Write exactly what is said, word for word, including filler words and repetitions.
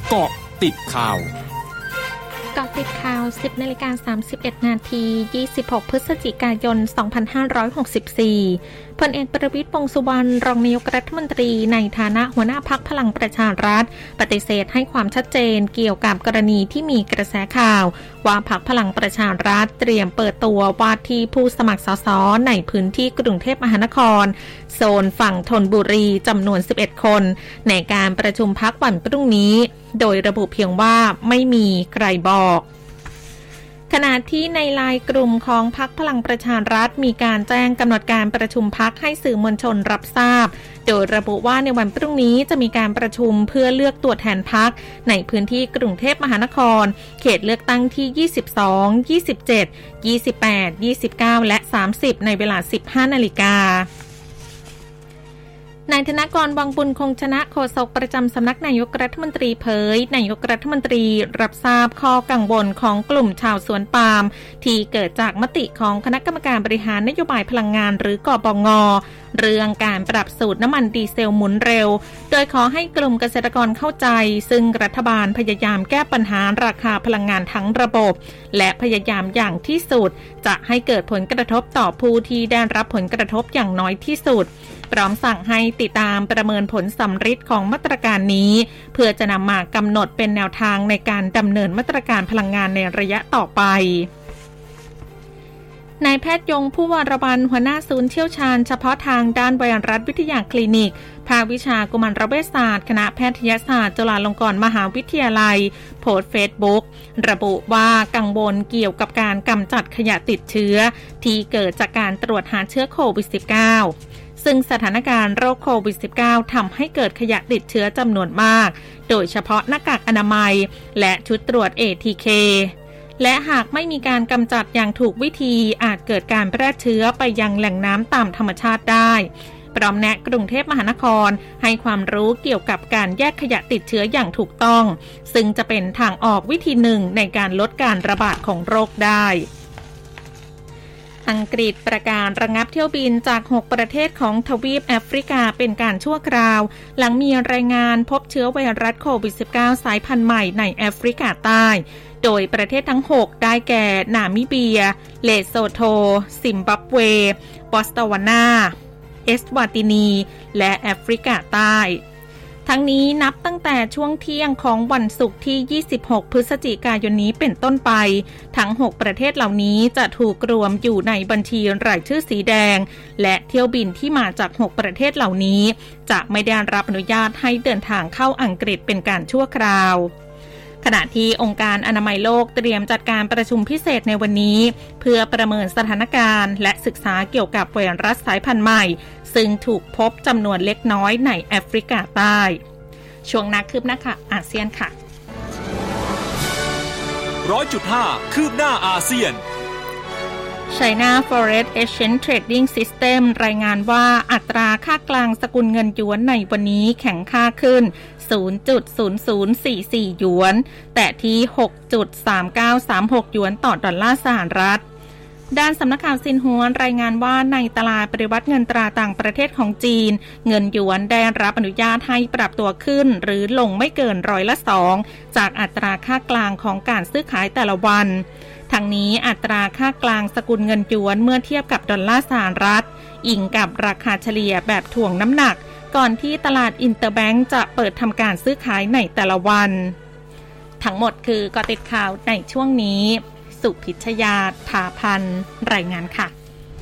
เกาะติดข่าวเกาะติดข่าว สิบนาฬิกาสามสิบเอ็ดนาทียี่สิบหกพฤศจิกายนสองพันห้าร้อยหกสิบสี่พลเอกประวิตร วงษ์สุวรรณรองนายกรัฐมนตรีในฐานะหัวหน้าพรรคพลังประชารัฐปฏิเสธให้ความชัดเจนเกี่ยวกับกรณีที่มีกระแสข่าวว่าพรรคพลังประชารัฐเตรียมเปิดตัวว่าที่ผู้สมัครสสในพื้นที่กรุงเทพมหานครโซนฝั่งธนบุรีจำนวนสิบเอ็ดคนในการประชุมพรรควันพรุ่งนี้โดยระบุเพียงว่าไม่มีใครบอกขณะที่ในไลน์กลุ่มของพรรคพลังประชารัฐมีการแจ้งกำหนดการประชุมพรรคให้สื่อมวลชนรับทราบโดยระบุว่าในวันพรุ่งนี้จะมีการประชุมเพื่อเลือกตัวแทนพรรคในพื้นที่กรุงเทพมหานครเขตเลือกตั้งที่ยี่สิบสอง ยี่สิบเจ็ด ยี่สิบแปด ยี่สิบเก้าและสามสิบในเวลา สิบห้านาฬิกานายธนกร วังบุญคงชนะโฆษกประจำสำนักนายกรัฐมนตรีเผยนายกรัฐมนตรีรับทราบข้อกังวลของกลุ่มชาวสวนปาล์มที่เกิดจากมติของคณะกรรมการบริหารนโยบายพลังงานหรือกบง.เรื่องการปรับสูตรน้ำมันดีเซลหมุนเร็วโดยขอให้กลุ่มเกษตรกรเข้าใจซึ่งรัฐบาลพยายามแก้ปัญหาราคาพลังงานทั้งระบบและพยายามอย่างที่สุดจะให้เกิดผลกระทบต่อผู้ที่ได้รับผลกระทบอย่างน้อยที่สุดพร้อมสั่งให้ติดตามประเมินผลสำฤทธิ์ของมาตรการนี้เพื่อจะนำมากำหนดเป็นแนวทางในการดำเนินมาตรการพลังงานในระยะต่อไปนายแพทย์ยงผู้วรวรรณหัวหน้าศูนย์เชี่ยวชาญเฉพาะทางด้านไวรัสวิทยาคลินิกภาควิชากุมารเวชศาสตร์คณะแพทยศาสตร์จุฬาลงกรณ์มหาวิทยาลัยโพสต์เฟซบุ๊กระบุว่ากังวลเกี่ยวกับการกำจัดขยะติดเชื้อที่เกิดจากการตรวจหาเชื้อโควิด สิบเก้า ซึ่งสถานการณ์โรคโควิด สิบเก้า ทำให้เกิดขยะติดเชื้อจำนวนมากโดยเฉพาะหน้ากากอนามัยและชุดตรวจ เอ ที เค และหากไม่มีการกำจัดอย่างถูกวิธีอาจเกิดการแพร่เชื้อไปยังแหล่งน้ำตามธรรมชาติได้พร้อมแนะกรุงเทพมหานครให้ความรู้เกี่ยวกับการแยกขยะติดเชื้ออย่างถูกต้องซึ่งจะเป็นทางออกวิธีหนึ่งในการลดการระบาดของโรคได้อังกฤษประกาศระงับเที่ยวบินจากหกประเทศของทวีปแอฟริกาเป็นการชั่วคราวหลังมีรายงานพบเชื้อไวรัสโควิด สิบเก้า สายพันธุ์ใหม่ในแอฟริกาใต้โดยประเทศทั้งหกได้แก่นามิเบียเลโซโธซิมบับเวบอตสวานาเอสวาตินีและแอฟริกาใต้ทั้งนี้นับตั้งแต่ช่วงเที่ยงของวันศุกร์ที่ยี่สิบหกพฤศจิกายนนี้เป็นต้นไปทั้งหกประเทศเหล่านี้จะถูกรวมอยู่ในบัญชีรายชื่อสีแดงและเที่ยวบินที่มาจากหกประเทศเหล่านี้จะไม่ได้รับอนุญาตให้เดินทางเข้าอังกฤษเป็นการชั่วคราวขณะที่องค์การอนามัยโลกเตรียมจัดการประชุมพิเศษในวันนี้เพื่อประเมินสถานการณ์และศึกษาเกี่ยวกับไวรัสสายพันธุ์ใหม่ซึ่งถูกพบจำนวนเล็กน้อยในแอฟริกาใต้ช่วงนักคืบหน้าค่ะอาเซียนค่ะร้อยจุดห้า คืบหน้าอาเซียน China Forex Exchange Trading System รายงานว่าอัตราค่ากลางสกุลเงินหยวนในวันนี้แข็งค่าขึ้น ศูนย์จุดศูนย์ศูนย์สี่สี่ หยวนแต่ที่ หกจุดสามเก้าสามหก หยวนต่อดอลลาร์สหรัฐด้านสำนักข่าวซินฮัวรายงานว่าในตลาดปฏิวัติเงินตราต่างประเทศของจีนเงินหยวนได้รับอนุญาตให้ปรับตัวขึ้นหรือลงไม่เกินร้อยละสองจากอัตราค่ากลางของการซื้อขายแต่ละวันทั้งนี้อัตราค่ากลางสกุลเงินหยวนเมื่อเทียบกับดอลลาร์สหรัฐอิงกับราคาเฉลี่ยแบบถ่วงน้ำหนักก่อนที่ตลาดอินเตอร์แบงก์จะเปิดทำการซื้อขายในแต่ละวันทั้งหมดคือเกาะติดข่าวในช่วงนี้สุพิชญา ภาพันธ์รายงานค่ะ